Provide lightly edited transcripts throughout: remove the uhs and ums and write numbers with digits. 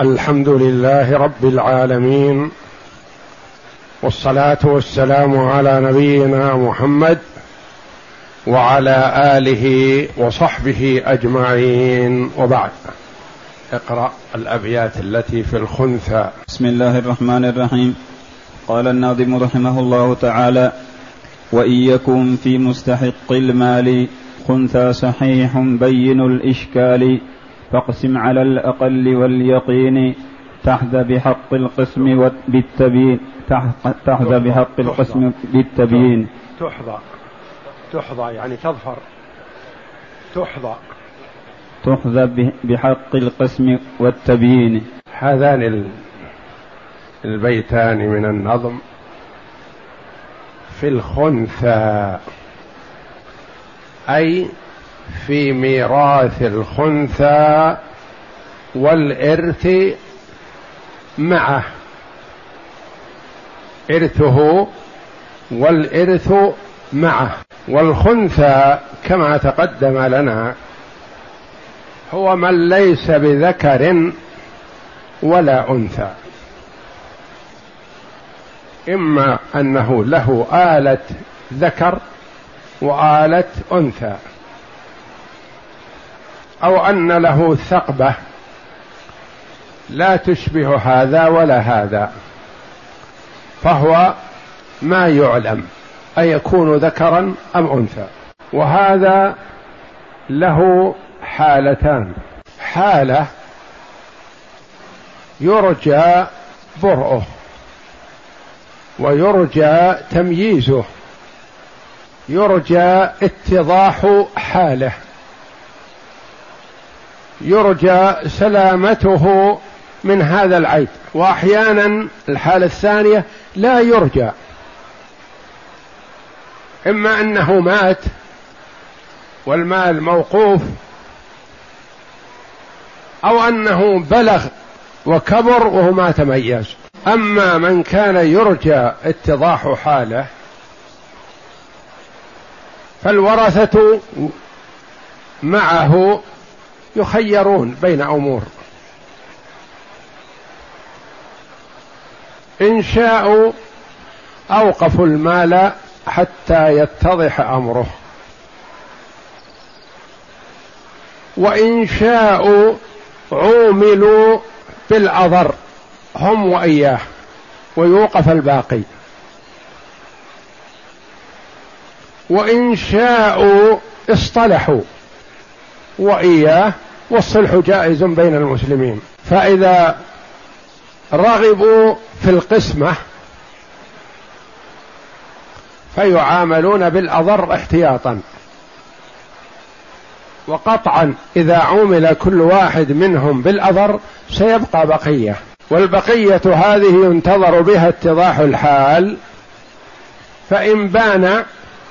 الحمد لله رب العالمين، والصلاة والسلام على نبينا محمد وعلى آله وصحبه أجمعين، وبعد. اقرأ الأبيات التي في الخنثى. بسم الله الرحمن الرحيم. قال الناظم رحمه الله تعالى: وإن يكن في مستحق المال خنثى صحيح بين الإشكال، فاقسم على الأقل واليقين تحظى بحق القسم بالتبيين. تحظى بحق القسم بالتبيين. تحظى يعني تظفر. تحظى بحق القسم والتبيين. هذان البيتان من النظم في الخنثى، أي في ميراث الخنثى والإرث معه، إرثه والإرث معه. والخنثى كما تقدم لنا هو من ليس بذكر ولا أنثى، إما أنه له آلة ذكر وآلة أنثى، أو أن له ثقبة لا تشبه هذا ولا هذا، فهو ما يعلم أيكون ذكرا أم أنثى. وهذا له حالتان: حالة يرجى برؤه ويرجى تمييزه، يرجى اتضاح حاله، يرجى سلامته من هذا العيب. وأحيانا الحالة الثانية لا يرجى، إما أنه مات والمال موقوف، أو أنه بلغ وكبر وهو ما تميز. أما من كان يرجى اتضاح حاله فالورثة معه يخيرون بين أمور: إن شاءوا أوقفوا المال حتى يتضح أمره، وإن شاءوا عوملوا بالأضر هم وإياه ويوقف الباقي، وإن شاءوا اصطلحوا وإياه، والصلح جائز بين المسلمين. فإذا رغبوا في القسمة فيعاملون بالأضر احتياطا، وقطعا إذا عومل كل واحد منهم بالأضر سيبقى بقية، والبقية هذه ينتظر بها اتضاح الحال، فإن بان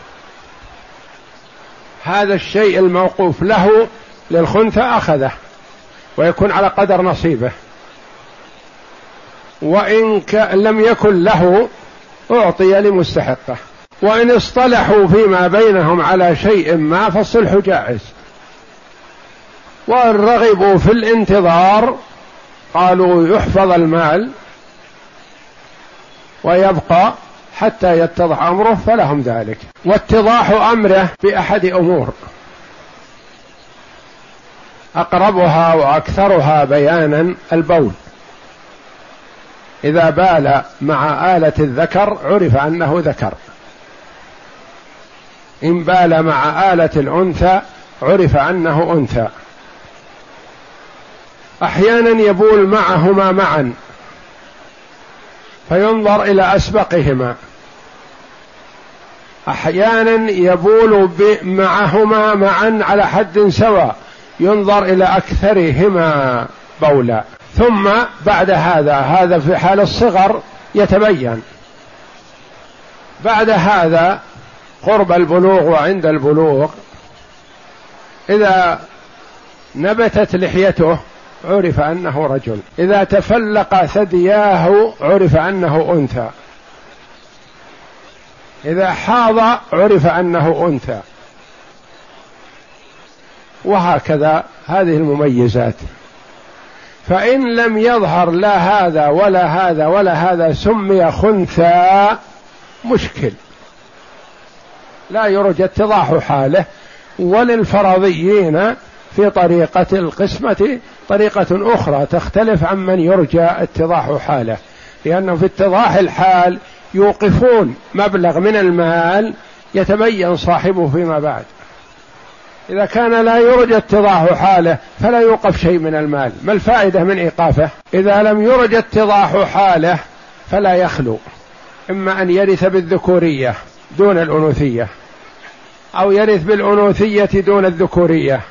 هذا الشيء الموقوف له للخنثى أخذه ويكون على قدر نصيبه، وإن لم يكن له أعطي لمستحقه. وإن اصطلحوا فيما بينهم على شيء ما فالصلح جائز. وإن رغبوا في الانتظار قالوا يحفظ المال ويبقى حتى يتضح أمره فلهم ذلك. واتضاح أمره بأحد أمور، أقربها وأكثرها بيانا البول. إذا بال مع آلة الذكر عرف أنه ذكر، إن بال مع آلة الأنثى عرف أنه أنثى. أحيانا يبول معهما معا فينظر إلى أسبقهما، أحيانا يبول معهما معا على حد سواء ينظر إلى أكثرهما بولا. ثم بعد هذا في حال الصغر يتبين، بعد هذا قرب البلوغ وعند البلوغ إذا نبتت لحيته عرف أنه رجل، إذا تفلق ثدياه عرف أنه أنثى، إذا حاض عرف أنه أنثى، وهكذا هذه المميزات. فإن لم يظهر لا هذا ولا هذا ولا هذا سمي خنثى مشكل، لا يرجى اتضاح حاله. وللفرضيين في طريقة القسمة طريقة أخرى تختلف عن من يرجى اتضاح حاله، لأنه في اتضاح الحال يوقفون مبلغ من المال يتبين صاحبه فيما بعد. إذا كان لا يرجى اتضاح حاله فلا يوقف شيء من المال، ما الفائدة من إيقافه؟ إذا لم يرجى اتضاح حاله فلا يخلو، إما أن يرث بالذكورية دون الأنوثية، أو يرث بالأنوثية دون الذكورية،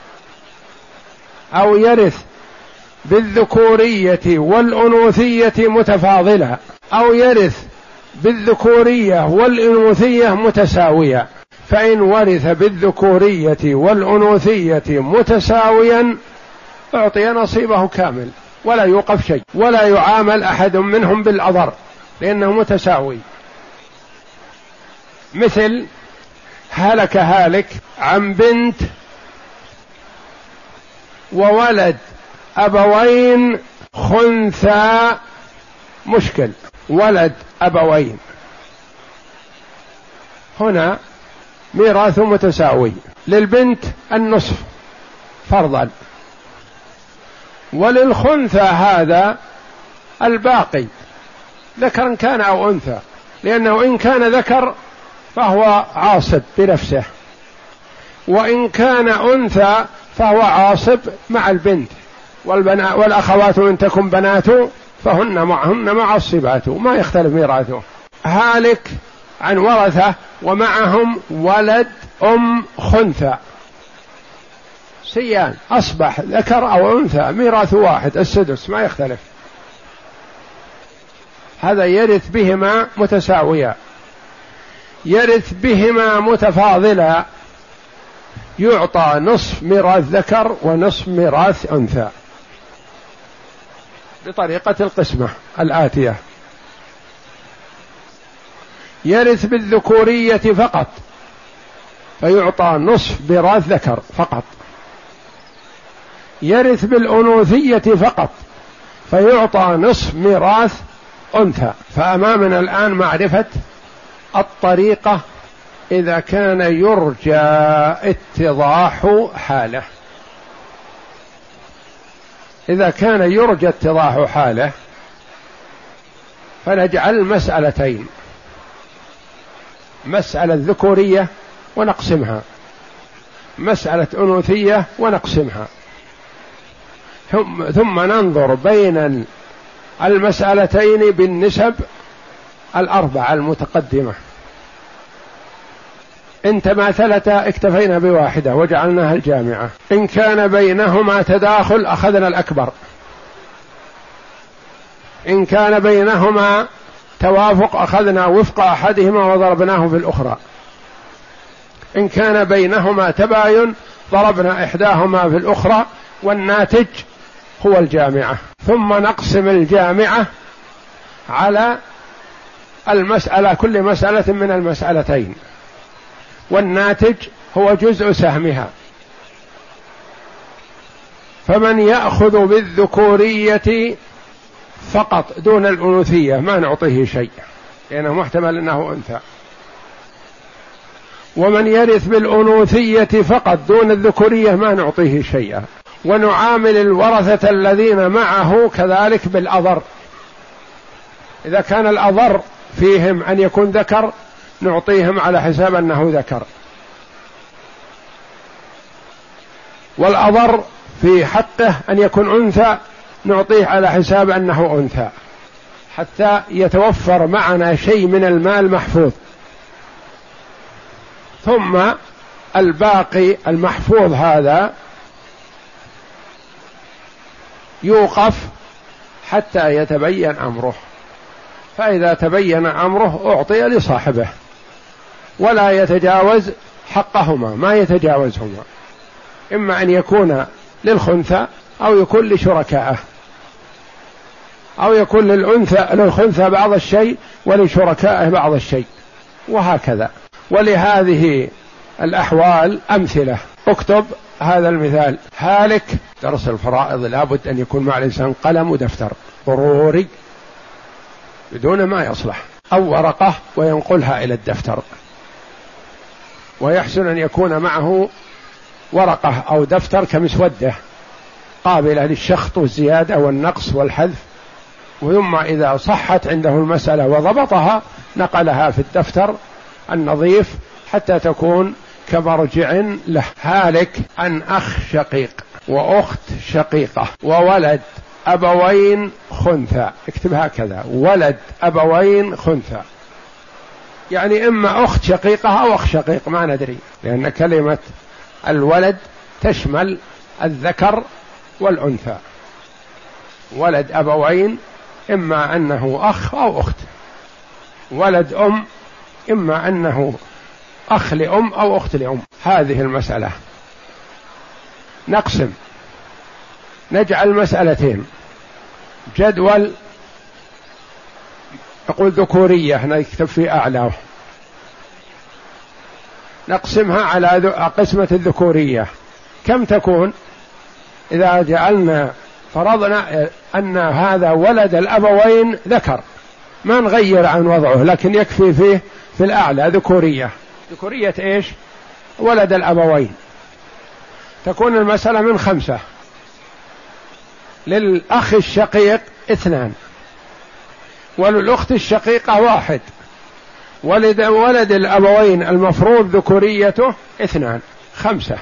أو يرث بالذكورية والأنوثية متفاضلة، أو يرث بالذكورية والأنوثية متساوية. فإن ورث بالذكورية والأنوثية متساويا أعطي نصيبه كامل ولا يوقف شيء، ولا يعامل أحد منهم بالأضر لأنه متساوي. مثل هلك هالك عن بنت وولد أبوين خنثى مشكل، ولد أبوين هنا ميراث متساوي، للبنت النصف فرضا، وللخنثى هذا الباقي ذكرا كان أو أنثى، لأنه إن كان ذكر فهو عاصب بنفسه، وإن كان أنثى فهو عاصب مع البنت، والأخوات إن تكن بنات فهن معهن معصبات، ما يختلف ميراثه. هالك عن ورثة ومعهم ولد خنثى سيان، أصبح ذكر أو أنثى ميراث واحد السدس ما يختلف، هذا يرث بهما متساويا. يرث بهما متفاضلا يعطى نصف ميراث ذكر ونصف ميراث أنثى بطريقة القسمة الآتية: يرث بالذكورية فقط فيعطى نصف ميراث ذكر فقط، يرث بالأنوثية فقط فيعطى نصف ميراث أنثى. فأمامنا الآن معرفة الطريقة إذا كان يرجى اتضاح حاله. إذا كان يرجى اتضاح حاله فنجعل مسألتين: مسألة ذكورية ونقسمها، مسألة أنوثية ونقسمها، ثم ننظر بين المسألتين بالنسب الأربعة المتقدمة. إن تماثلتا اكتفينا بواحدة وجعلناها الجامعة، إن كان بينهما تداخل أخذنا الأكبر، إن كان بينهما توافق أخذنا وفق أحدهما وضربناه في الأخرى، إن كان بينهما تباين ضربنا إحداهما في الأخرى، والناتج هو الجامعة. ثم نقسم الجامعة على المسألة، كل مسألة من المسألتين، والناتج هو جزء سهمها. فمن يأخذ بالذكورية فقط دون الأنوثية ما نعطيه شيء لأنه محتمل أنه أنثى، ومن يرث بالأنوثية فقط دون الذكورية ما نعطيه شيئا، ونعامل الورثة الذين معه كذلك بالأضر. إذا كان الأضر فيهم أن يكون ذكر نعطيهم على حساب أنه ذكر، والأضر في حقه أن يكون أنثى نعطيه على حساب أنه أنثى، حتى يتوفر معنا شيء من المال محفوظ. ثم الباقي المحفوظ هذا يوقف حتى يتبين أمره، فإذا تبين أمره أعطي لصاحبه ولا يتجاوز حقهما، ما يتجاوزهما، إما أن يكون للخنثى أو يكون لشركائه، أو يكون للخنثى بعض الشيء ولشركائه بعض الشيء، وهكذا. ولهذه الأحوال أمثلة، اكتب هذا المثال هالك، درس الفرائض لابد أن يكون مع الإنسان قلم ودفتر ضروري، بدون ما يصلح، أو ورقة وينقلها إلى الدفتر، ويحسن أن يكون معه ورقة أو دفتر كمسودة قابلة للشخط والزيادة والنقص والحذف، ثم إذا صحت عنده المسألة وضبطها نقلها في الدفتر النظيف حتى تكون كمرجع له. هالك عن أخ شقيق وأخت شقيقة وولد أبوين خنثى، اكتب هكذا، ولد أبوين خنثى، يعني إما أخت شقيقة أو أخ شقيق، ما ندري، لأن كلمة الولد تشمل الذكر والأنثى. ولد أبوين إما أنه أخ أو أخت، ولد أم إما أنه أخ لأم أو أخت لأم. هذه المسألة نقسم، نجعل مسألتين، جدول نقول ذكورية نكتب في أعلاه، نقسمها على قسمة الذكورية. كم تكون؟ إذا جعلنا فرضنا أن هذا ولد الأبوين ذكر، ما نغير عن وضعه، لكن يكفي فيه في الأعلى ذكورية. ذكورية إيش؟ ولد الأبوين. تكون المسألة من 5. للأخ الشقيق 2، وللأخت الشقيقة 1، ولد الأبوين المفروض ذكوريته 2، 5.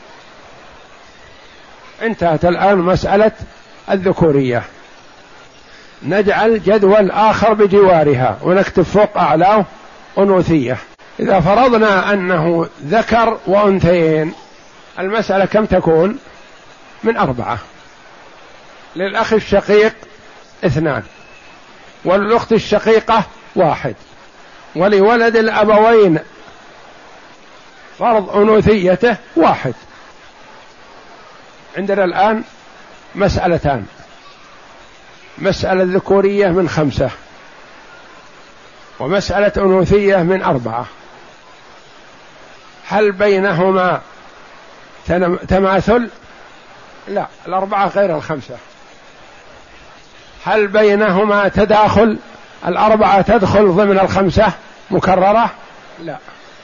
انتهت الآن مسألة الذكورية. نجعل جدول آخر بجوارها ونكتب فوق أعلاه أنوثية. إذا فرضنا أنه ذكر وأنثيين، المسألة كم تكون؟ من 4. للأخ الشقيق 2، وللأخت الشقيقة 1، ولولد الأبوين فرض أنوثيته 1. عندنا الآن مسألتان، مسألة ذكورية من 5 ومسألة أنوثية من 4. هل بينهما تماثل؟ لا، 4 غير 5. هل بينهما تداخل؟ 4 تدخل ضمن 5 مكررة؟ لا.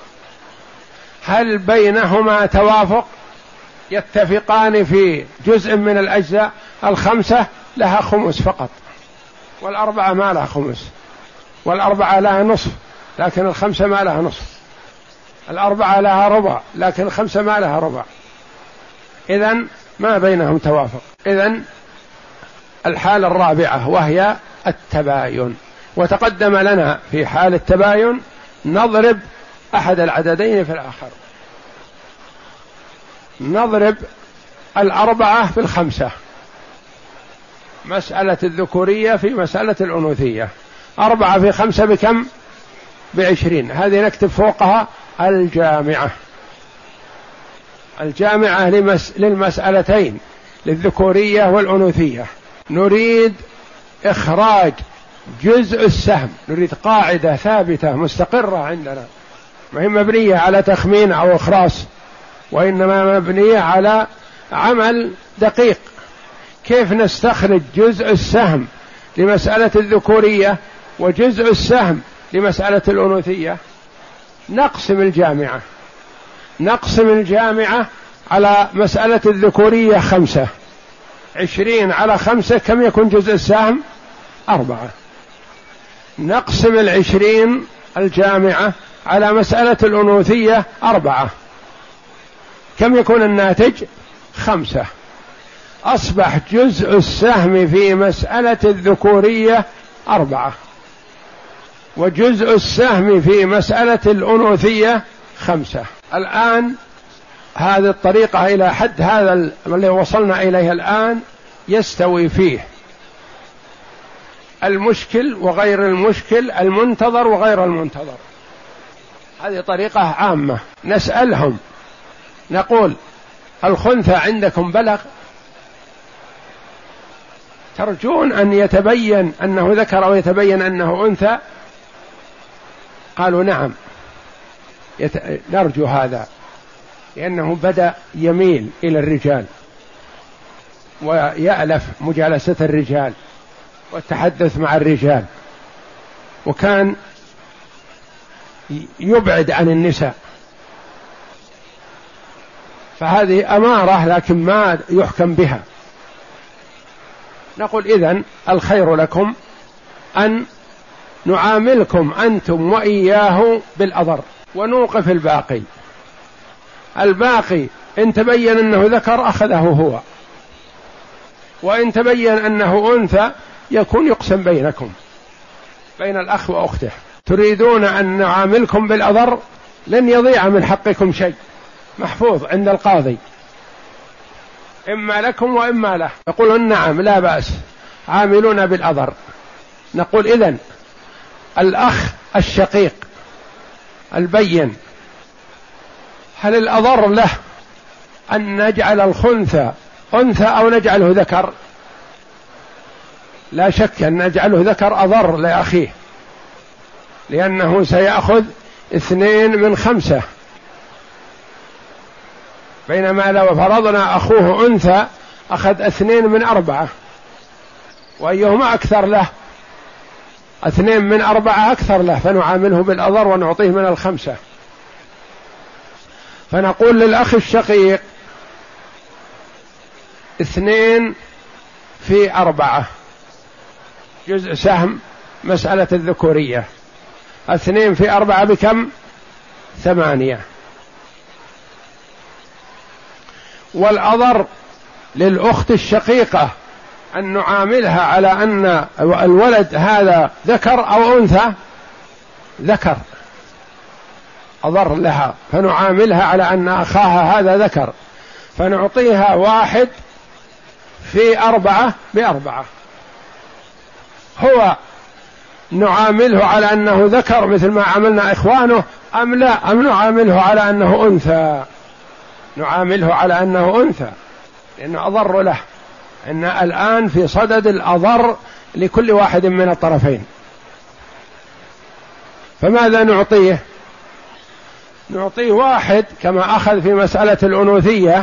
هل بينهما توافق؟ يتفقان في جزء من الأجزاء؟ 5 لها خمس فقط، 4 ما لها خمس، 4 لها نصف لكن 5 ما لها نصف، 4 لها ربع لكن 5 ما لها ربع. إذن ما بينهم توافق. إذن الحالة الرابعة وهي التباين، وتقدم لنا في حال التباين نضرب أحد العددين في الآخر، نضرب 4 في 5، مسألة الذكورية في مسألة الأنوثية. 4 في 5 بكم؟ 20. هذه نكتب فوقها الجامعة. الجامعة للمسألتين، للذكورية والأنوثية. نريد إخراج جزء السهم، نريد قاعدة ثابتة مستقرة عندنا، ما هي مبنية على تخمين أو إخراس، وإنما مبنية على عمل دقيق. كيف نستخرج جزء السهم لمسألة الذكورية وجزء السهم لمسألة الأنوثية؟ نقسم الجامعة، نقسم الجامعة على مسألة الذكورية 5، 20 على 5 كم يكون جزء السهم؟ 4. نقسم 20 الجامعة على مسألة الأنوثية 4، كم يكون الناتج؟ 5. أصبح جزء السهم في مسألة الذكورية 4، وجزء السهم في مسألة الأنوثية 5. الآن هذه الطريقة إلى حد هذا الذي وصلنا إليه الآن يستوي فيه المشكل وغير المشكل، المنتظر وغير المنتظر. هذه طريقة عامة. نسألهم نقول: الخنثى عندكم بلغ؟ ترجون أن يتبين أنه ذكر أو يتبين أنه أنثى؟ قالوا: نعم، نرجو هذا. لأنه بدأ يميل إلى الرجال ويألف مجالسة الرجال والتحدث مع الرجال، وكان يبعد عن النساء، فهذه أمارة لكن ما يحكم بها. نقول إذن الخير لكم أن نعاملكم أنتم وإياه بالأضر ونوقف الباقي. الباقي إن تبين أنه ذكر أخذه هو، وإن تبين أنه أنثى يكون يقسم بينكم، بين الأخ وأخته. تريدون أن نعاملكم بالأضر، لن يضيع من حقكم شيء، محفوظ عند القاضي، إما لكم وإما له. يقولون نعم لا بأس، عاملون بالأضر. نقول إذن الأخ الشقيق البين، هل الأضر له أن نجعل الخنثى أنثى أو نجعله ذكر؟ لا شك أن نجعله ذكر أضر لأخيه، لأنه سيأخذ 2 من 5، بينما لو فرضنا أخوه أنثى أخذ 2 من 4، وأيهما أكثر له؟ 2 من 4 أكثر له، فنعامله بالأضر ونعطيه من 5. فنقول للأخ الشقيق 2 في 4 جزء سهم مسألة الذكورية، 2 في 4 بكم؟ 8. والأضر للأخت الشقيقة أن نعاملها على أن الولد هذا ذكر أو أنثى؟ ذكر، أضر لها، فنعاملها على أن أخاها هذا ذكر، فنعطيها 1 في 4 ب4. هو نعامله على أنه ذكر مثل ما عملنا إخوانه أم لا؟ أم نعامله على أنه أنثى؟ نعامله على أنه أنثى لأنه أضر له. إن الآن في صدد الأضر لكل واحد من الطرفين، فماذا نعطيه؟ نعطيه 1 كما أخذ في مسألة الأنوثية،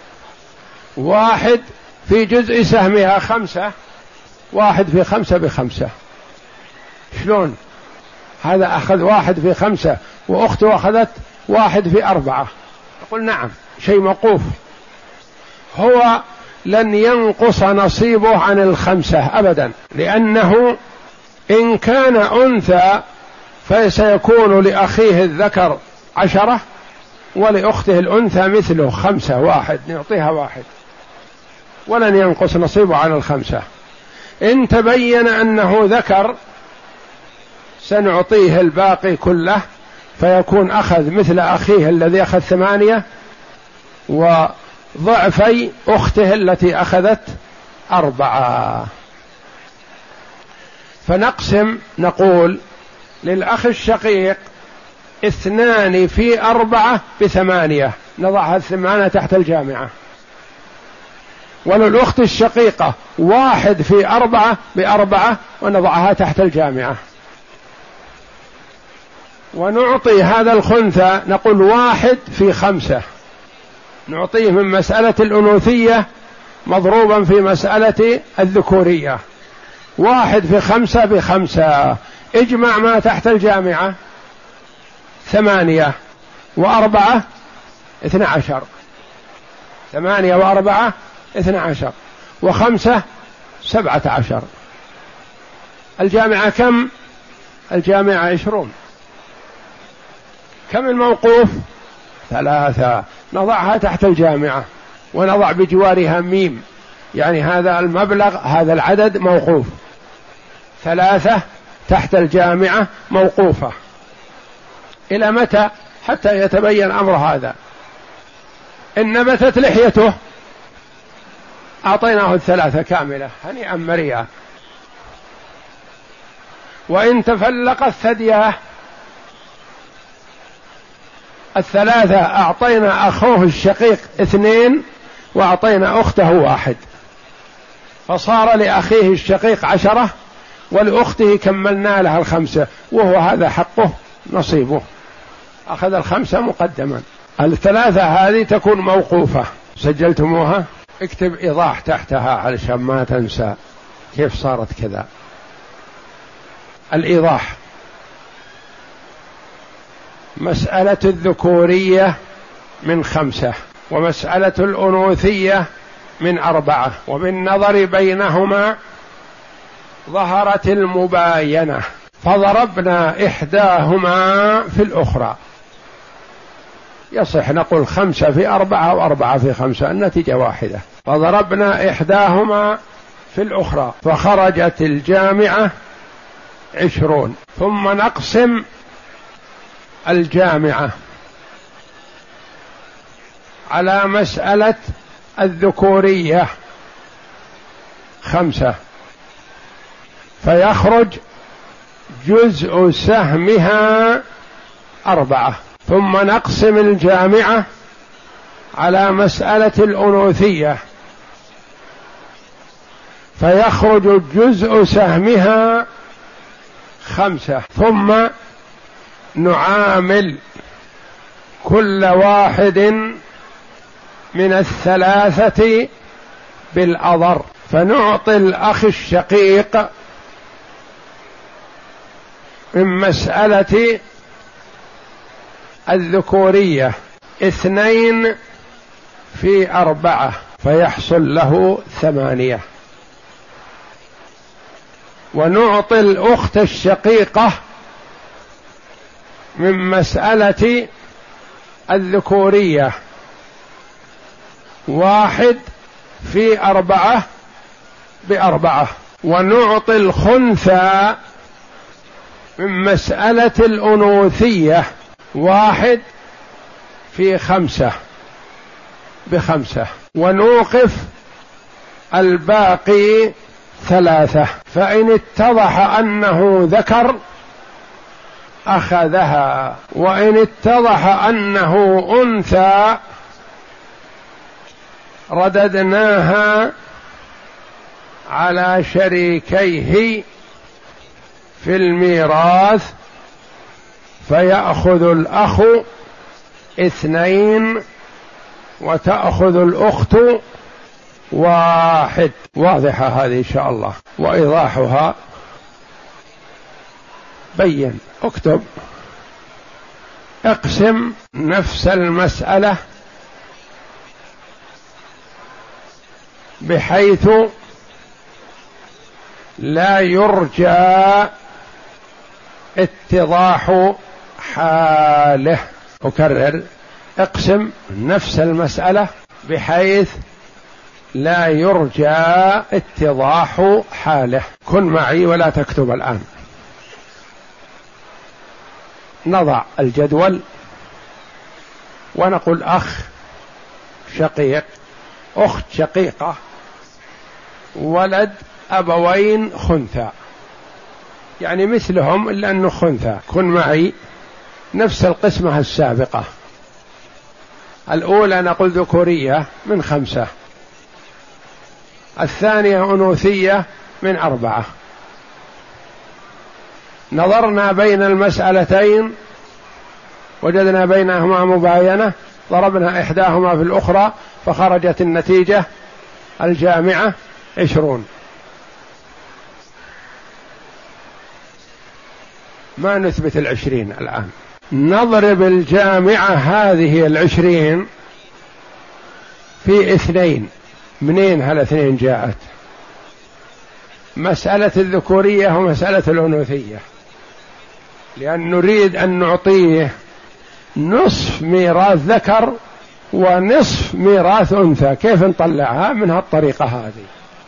1 في جزء سهمها 5، 1 في 5 ب5. شلون؟ هذا أخذ 1 في 5 وأخته أخذت 1 في 4. نقول نعم، شيء موقوف، هو لن ينقص نصيبه عن 5 أبدا، لأنه إن كان أنثى فسيكون لأخيه الذكر 10 ولأخته الأنثى مثله 5، 1 نعطيها 1 ولن ينقص نصيبه عن 5. إن تبين أنه ذكر سنعطيه الباقي كله، فيكون أخذ مثل أخيه الذي أخذ 8 وضعفي أخته التي أخذت 4. فنقسم، نقول للأخ الشقيق 2 في 4 ب8، نضعها 8 تحت الجامعة. وللأخت الشقيقة 1 في 4 ب4 ونضعها تحت الجامعة. ونعطي هذا الخنثى نقول 1 في 5، نعطيه من مسألة الأنوثية مضروبا في مسألة الذكورية، 1 في 5 ب5. اجمع ما تحت الجامعة 8 و4 12، 8 و4 12 و5 17. الجامعة كم؟ الجامعة 20. كم الموقوف؟ 3. نضعها تحت الجامعة ونضع بجوارها ميم، يعني هذا المبلغ هذا العدد موقوف، 3 تحت الجامعة موقوفة. إلى متى؟ حتى يتبين أمر هذا. إن نبتت لحيته أعطيناه 3 كاملة هنيئا مريئا. وإن تفلقت ثدياه 3 أعطينا أخوه الشقيق 2 وأعطينا أخته 1، فصار لأخيه الشقيق 10 ولأخته كملنا لها 5، وهو هذا حقه نصيبه، أخذ 5 مقدما. الثلاثة هذه تكون موقوفة. سجلتموها؟ اكتب إيضاح تحتها علشان ما تنسى كيف صارت كذا. الإيضاح: مسألة الذكورية من 5، ومسألة الأنوثية من 4، وبالنظر بينهما ظهرت المباينة فضربنا إحداهما في الأخرى. يصح نقول 5 في 4 و4 في 5، النتيجة واحدة. فضربنا إحداهما في الأخرى فخرجت الجامعة 20. ثم نقسم الجامعة على مسألة الذكورية 5، فيخرج جزء سهمها 4. ثم نقسم الجامعة على مسألة الأنوثية فيخرج جزء سهمها 5. ثم نعامل كل واحد من الثلاثة بالأضر، فنعطي الأخ الشقيق من مسألة الذكورية 2 في 4 فيحصل له 8. ونعطي الأخت الشقيقة من مسألة الذكورية 1 في 4 ب4. ونعطي الخنثى من مسألة الأنوثية 1 في 5 ب5. ونوقف الباقي 3. فإن اتضح أنه ذكر أخذها، وإن اتضح أنه أنثى رددناها على شريكيه في الميراث فيأخذ الأخ 2 وتأخذ الأخت 1. واضحة هذه إن شاء الله. وإيضاحها بين. اكتب: اقسم نفس المسألة بحيث لا يرجى اتضاح حاله. أكرر: اقسم نفس المسألة بحيث لا يرجى اتضاح حاله. كن معي ولا تكتب الآن. نضع الجدول ونقول أخ شقيق، أخت شقيقة، ولد أبوين خنثى، يعني مثلهم إلا أنه خنثى. كن معي نفس القسمة السابقة. الأولى نقول ذكورية من 5، الثانية أنوثية من 4. نظرنا بين المسألتين وجدنا بينهما مباينة، ضربنا إحداهما في الأخرى فخرجت النتيجة الجامعة 20. ما نثبت 20 الآن، نضرب الجامعة هذه 20 في 2. منين هال2 جاءت؟ مسألة الذكورية ومسألة الأنوثية، لأن نريد أن نعطيه نصف ميراث ذكر ونصف ميراث أنثى. كيف نطلعها؟ من هالطريقة هذه.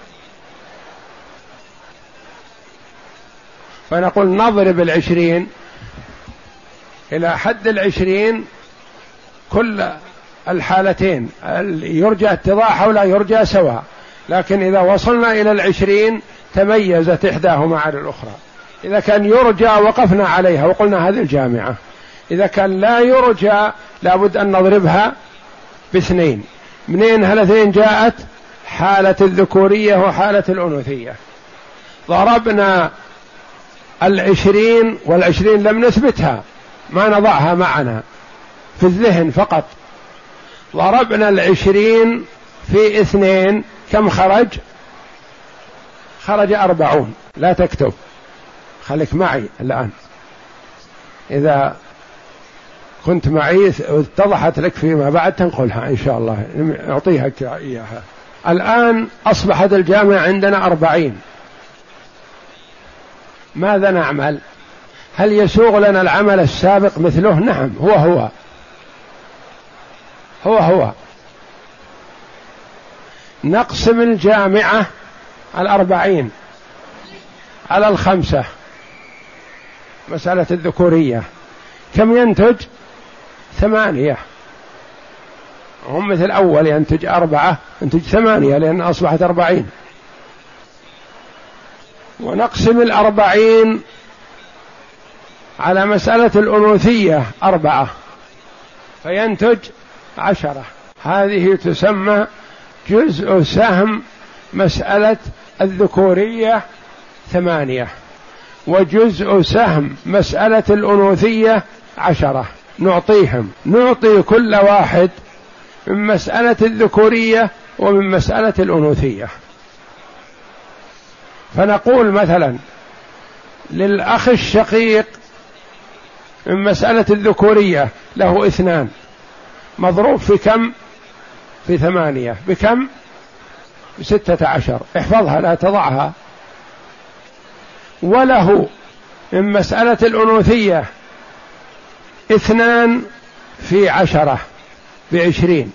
فنقول نضرب 20 إلى حد 20 كل الحالتين، يرجى اتضاحها ولا يرجى سواء. لكن إذا وصلنا إلى 20 تميزت إحداهما على الأخرى. إذا كان يرجى وقفنا عليها وقلنا هذه الجامعة. إذا كان لا يرجى لابد أن نضربها ب2. منين هال2 جاءت؟ حالة الذكورية وحالة الأنوثية. ضربنا 20 وال20 لم نثبتها، ما نضعها معنا، في الذهن فقط. ضربنا 20 في 2 كم خرج؟ خرج 40. لا تكتب، خليك معي الآن، إذا كنت معي اتضحت لك فيما بعد تنقلها إن شاء الله، أعطيها إياها. الآن أصبحت الجامعة عندنا 40. ماذا نعمل؟ هل يسوغ لنا العمل السابق مثله؟ نعم، هو نقسم الجامعة 40 على 5، مسألة الذكورية كم ينتج؟ 8. هم مثل أول ينتج 4، ينتج 8 لأن أصبحت 40. ونقسم 40 على مسألة الأنوثية 4 فينتج 10. هذه تسمى جزء سهم مسألة الذكورية 8، وجزء سهم مسألة الأنوثية 10. نعطي كل واحد من مسألة الذكورية ومن مسألة الأنوثية. فنقول مثلا للأخ الشقيق من مسألة الذكورية له 2 مضروب في كم؟ في 8 بكم؟ ب16. احفظها لا تضعها. وله من مسألة الأنوثية 2 في 10 ب20.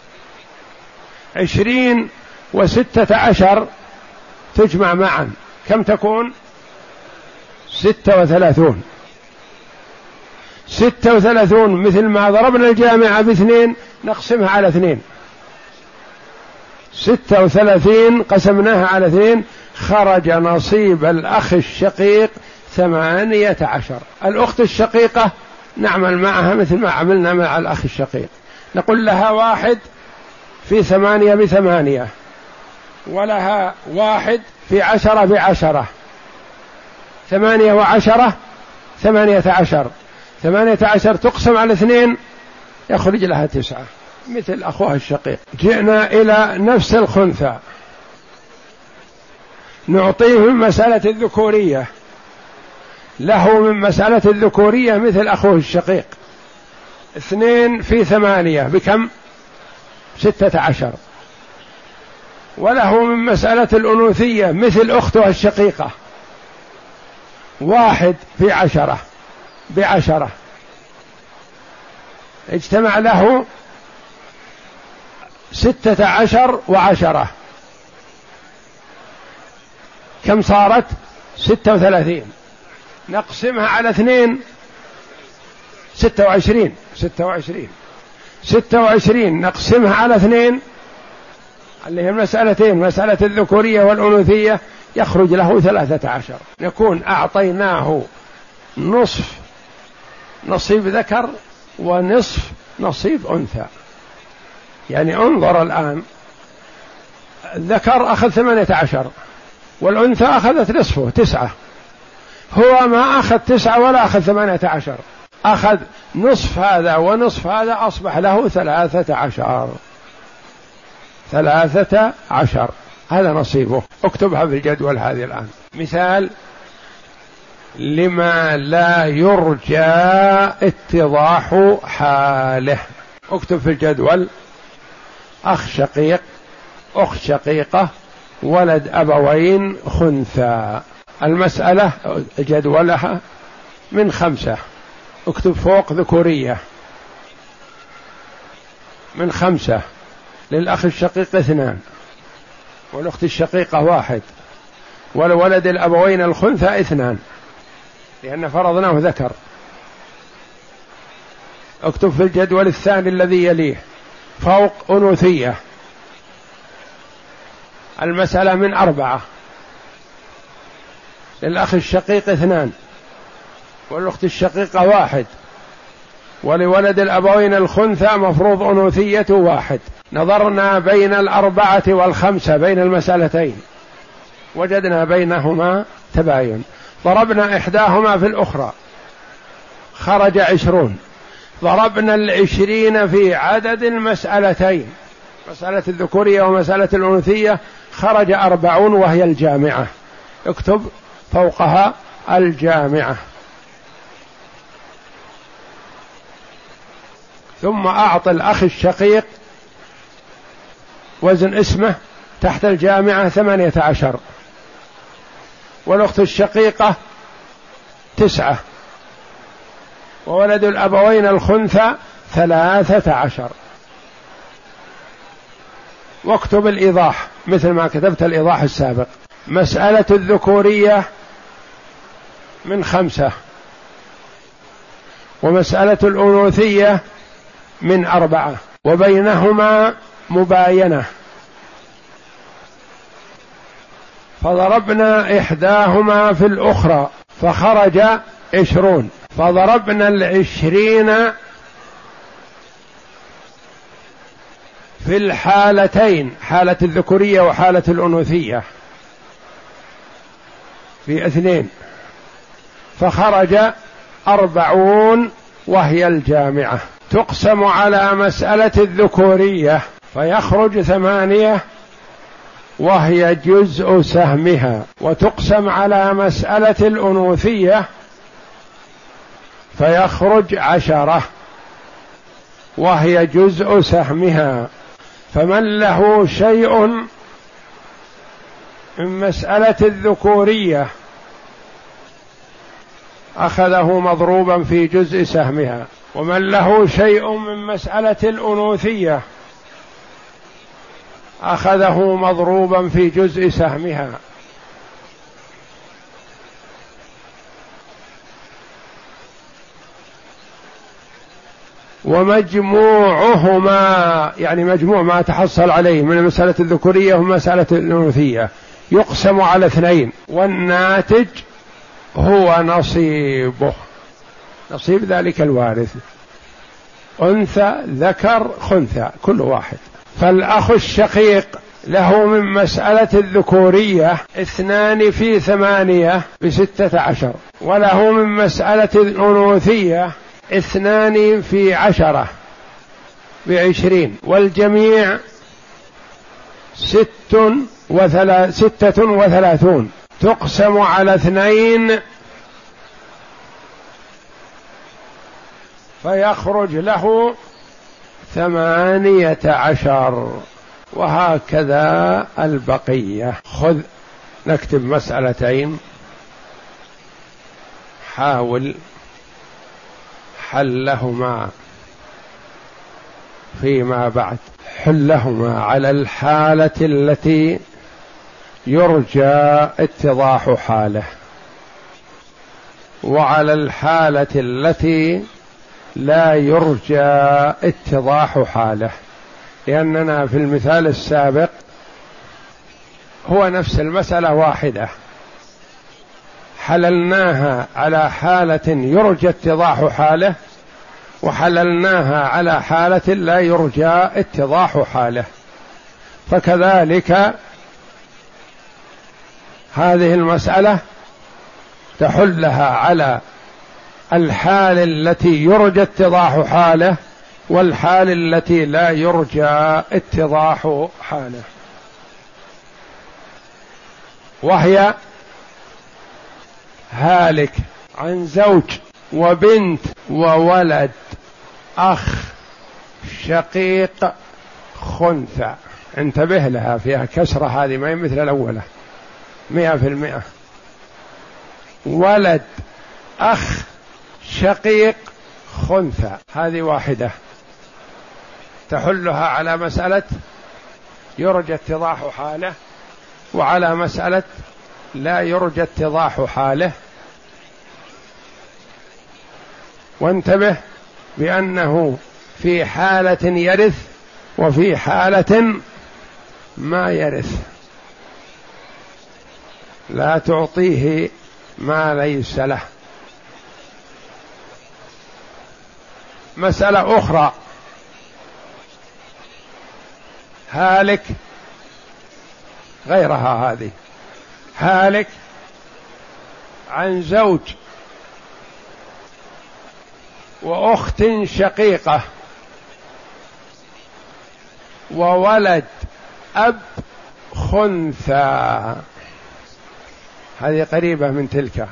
20 و16 تجمع معا كم تكون؟ 36. 36 مثل ما ضربنا الجامعة ب2 نقسمها على 2. 36 قسمناها على 2 خرج نصيب الأخ الشقيق 18. الأخت الشقيقة نعمل معها مثل ما عملنا مع الأخ الشقيق، نقول لها 1 في 8 ب8، ولها 1 في 10 ب10، 8 و10 18. 18 تقسم على 2 يخرج لها 9 مثل أخوها الشقيق. جئنا إلى نفس الخنثى نعطيه من مسألة الذكورية، له من مسألة الذكورية مثل أخوه الشقيق 2 في 8 بكم؟ 16. وله من مسألة الأنوثية مثل أختها الشقيقة 1 في 10 ب10، اجتمع له 16 و10 كم صارت؟ 36. نقسمها على 2 26. 26 نقسمها على 2 اللي هي المسألتين، مسألة الذكورية والأنوثية، يخرج له 13. نكون أعطيناه نصف نصيب ذكر ونصف نصيب أنثى. يعني انظر الآن، الذكر أخذ 18 والأنثى أخذت نصفه 9، هو ما أخذ 9 ولا أخذ 18، أخذ نصف هذا ونصف هذا، أصبح له 13. هذا نصيبه. اكتبها في الجدول هذه الآن. مثال لما لا يرجى اتضاح حاله. اكتب في الجدول أخ شقيق، أخت شقيقة، ولد أبوين خنثى. المسألة جدولها من 5. اكتب فوق ذكورية من 5. للأخ الشقيق 2 والأخت الشقيقة 1 والولد الأبوين الخنثى 2 لأن فرضناه ذكر. اكتب في الجدول الثاني الذي يليه فوق أنوثية. المسألة من 4. للأخ الشقيق 2 والأخت الشقيقة 1 ولولد الأبوين الخنثى مفروض أنوثية 1. نظرنا بين 4 و5 بين المسألتين وجدنا بينهما تباين، ضربنا إحداهما في الأخرى خرج 20. ضربنا 20 في عدد المسألتين، مسألة الذكورية ومسألة الأنوثية، خرج 40 وهي الجامعة، اكتب فوقها الجامعة. ثم أعط الأخ الشقيق وزن اسمه تحت الجامعة 18، والأخت الشقيقة 9، وولد الأبوين الخنثى 13. واكتب الإيضاح مثل ما كتبت الإيضاح السابق. مسألة الذكورية من 5، ومسألة الأنوثية من 4، وبينهما مباينة، فضربنا إحداهما في الأخرى فخرج 20، فضربنا 20 في الحالتين، حالة الذكورية وحالة الأنوثية، في 2 فخرج 40 وهي الجامعة. تقسم على مسألة الذكورية فيخرج 8 وهي جزء سهمها، وتقسم على مسألة الأنوثية فيخرج 10 وهي جزء سهمها. فمن له شيء من مسألة الذكورية أخذه مضروبا في جزء سهمها، ومن له شيء من مسألة الأنوثية أخذه مضروبا في جزء سهمها. ومجموعهما، يعني مجموع ما تحصل عليه من مسألة الذكورية ومسألة الأنوثية، يقسم على 2، والناتج هو نصيبه، نصيب ذلك الوارث، أنثى ذكر خنثى كل واحد. فالأخ الشقيق له من مسألة الذكورية 2 في 8 ب16، وله من مسألة الأنوثية 2 في 10 ب20، والجميع 36. تقسم على 2 فيخرج له 18، وهكذا البقية. خذ نكتب مسألتين، حاول حلهما فيما بعد، حلهما على الحالة التي يرجى اتضاح حاله، وعلى الحالة التي لا يرجى اتضاح حاله، لأننا في المثال السابق هو نفس المسألة واحدة، حللناها على حالة يرجى اتضاح حاله، وحللناها على حالة لا يرجى اتضاح حاله. فكذلك هذه المسألة تحلها على الحال التي يرجى اتضاح حاله والحال التي لا يرجى اتضاح حاله، وهي هالك عن زوج وبنت وولد أخ شقيق خنثى. انتبه لها، فيها كسرة، هذه ما هي مثل الأولى 100%. ولد أخ شقيق خنثى، هذه واحدة تحلها على مسألة يرجى اتضاح حاله وعلى مسألة لا يرجى اتضاح حاله. وانتبه بأنه في حالة يرث وفي حالة ما يرث، لا تعطيه ما ليس له. مسألة أخرى، هالك غيرها، هذه هالك عن زوج وأخت شقيقة وولد أب خنثى، هذه قريبة من تلك،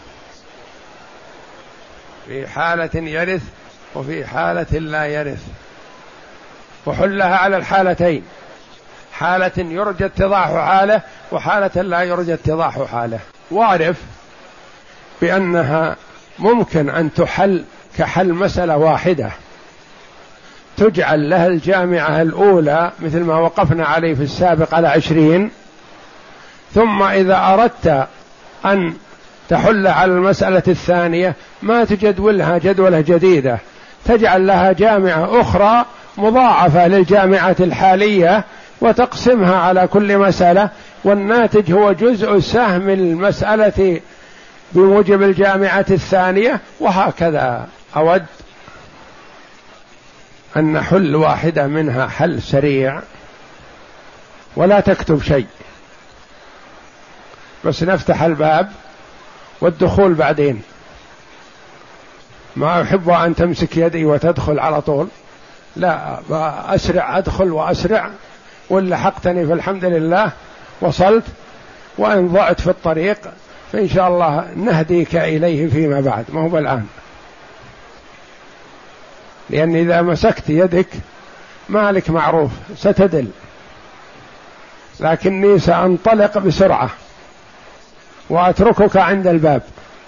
في حالة يرث وفي حالة لا يرث، وحلها على الحالتين، حالة يرجى اتضاح حاله وحالة لا يرجى اتضاح حاله. واعرف بأنها ممكن أن تحل كحل مسألة واحدة، تجعل لها الجامعة الأولى مثل ما وقفنا عليه في السابق على 20، ثم إذا أردت أن تحل على المسألة الثانية ما تجدولها جدولة جديدة، تجعل لها جامعة أخرى مضاعفة للجامعة الحالية وتقسمها على كل مسألة، والناتج هو جزء سهم المسألة بموجب الجامعة الثانية، وهكذا. أود أن نحل واحدة منها حل سريع ولا تكتب شيء، بس نفتح الباب والدخول بعدين. ما أحب أن تمسك يدي وتدخل على طول، لا، أسرع، أدخل وأسرع، ولا حقتني فالحمد لله وصلت، وإن ضعت في الطريق فإن شاء الله نهديك إليه فيما بعد، ما هو الآن، لأن إذا مسكت يدك مالك معروف ستدل، لكني سأنطلق بسرعة وأتركك عند الباب،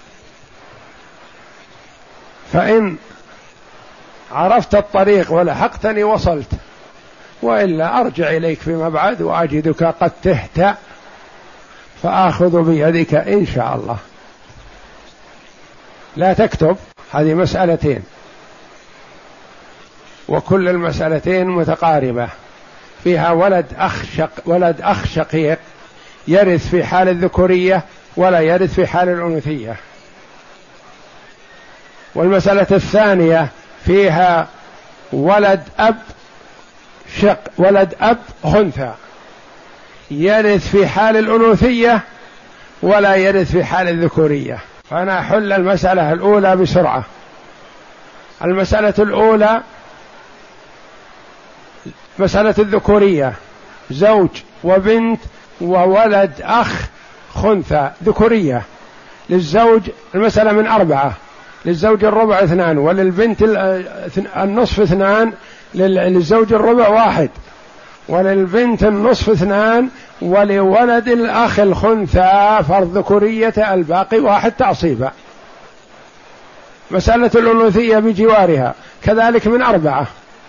فإن عرفت الطريق ولحقتني وصلت، وإلا أرجع إليك فيما بعد وأجدك قد تهت فآخذ بيدك إن شاء الله. لا تكتب، هذه مسألتين وكل المسألتين متقاربة، فيها ولد أخ شقيق يرث في حال الذكورية ولا يرث في حال الأنوثية، والمسألة الثانية فيها ولد أب خنثى يرث في حال الأنوثية ولا يرث في حال الذكورية. فأنا أحل المسألة الأولى بسرعة. المسألة الأولى مسألة الذكورية، زوج وبنت وولد أخ خنثى ذكورية. للزوج المسألة من 4، للزوج الربع 2، وللبنت النصف 2، للزوج الربع 1، وللبنت النصف 2، ولولد الأخ الخنثى فرض ذكورية الباقي 1 تعصيبا. مسألة الأنوثية بجوارها كذلك من 4،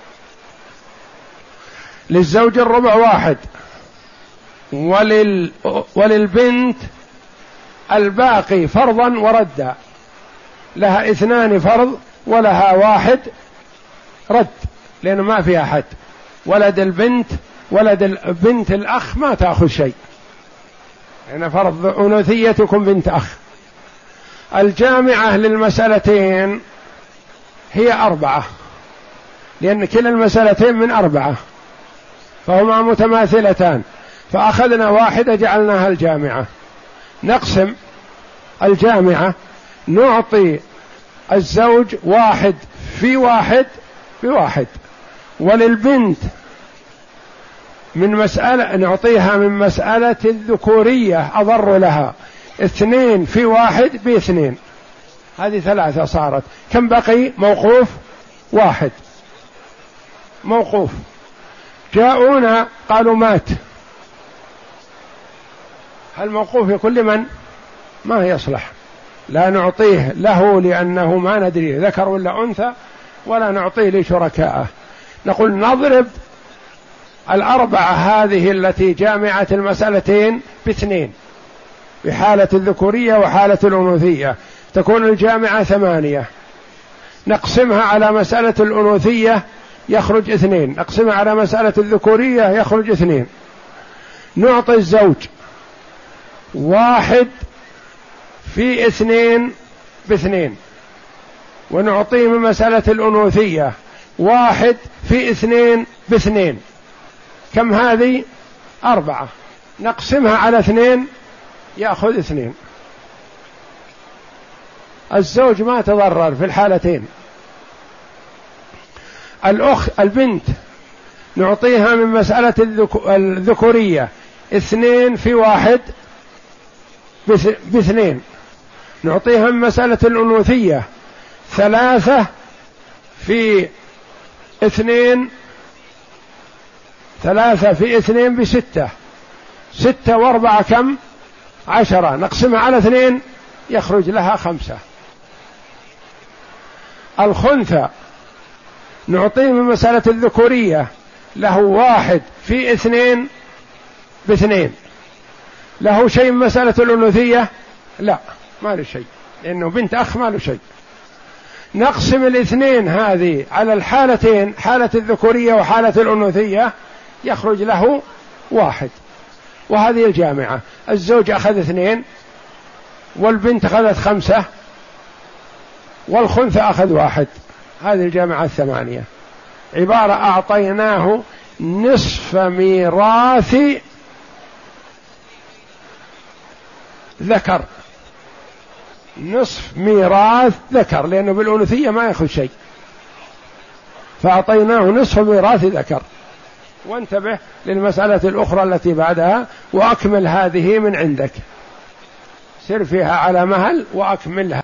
للزوج الربع 1، وللبنت الباقي فرضا وردا، لها 2 فرض ولها 1 رد، لأنه ما فيها حد. ولد البنت الأخ ما تأخذ شيء، يعني فرض أنوثية تكون بنت أخ. الجامعة للمسألتين هي 4، لأن كلا المسألتين من 4 فهما متماثلتان، فأخذنا واحدة جعلناها الجامعة. نقسم الجامعة، نعطي الزوج 1 في 1 ب1، وللبنت من مسألة نعطيها من مسألة الذكورية أضر لها 2 في 1 ب2، هذه 3 صارت. كم بقي؟ موقوف 1 موقوف. جاءونا قالوا مات، الموقوف يكون لمن؟ ما يصلح، لا نعطيه له لأنه ما ندري ذكر ولا أنثى، ولا نعطيه لشركائه. نقول نضرب 4 هذه التي جامعة المسألتين ب2 بحالة الذكورية وحالة الأنوثية، تكون الجامعة 8. نقسمها على مسألة الأنوثية يخرج 2، نقسمها على مسألة الذكورية يخرج 2. نعطي الزوج 1 في 2 ب2، ونعطيه من مسألة الأنوثية 1 في 2 ب2. كم هذه؟ 4. نقسمها على 2 يأخذ 2. الزوج ما تضرر في الحالتين، البنت نعطيها من مسألة الذكورية 2 في 1 ب2، نعطيها من مسألة الأنوثية 3 في 2، 3 في 2 ب6، 6 و4 كم؟ 10، نقسمها على 2 يخرج لها 5. الخنثى نعطيه من مسألة الذكورية له 1 في 2 ب2، له شيء من مسألة الأنوثية؟ لا، ما له شيء، لأنه بنت أخ ما له شيء. نقسم 2 هذه على الحالتين، حالة الذكورية وحالة الأنوثية، يخرج له 1. وهذه الجامعة، الزوج أخذ 2 والبنت أخذت 5 والخنثى أخذ 1. هذه الجامعة 8 عبارة أعطيناه نصف ميراث ذكر، نصف ميراث ذكر، لأنه بالأنوثية ما يأخذ شيء، فأعطيناه نصف ميراث ذكر. وانتبه للمسألة الأخرى التي بعدها، وأكمل هذه من عندك، سر فيها على مهل وأكملها.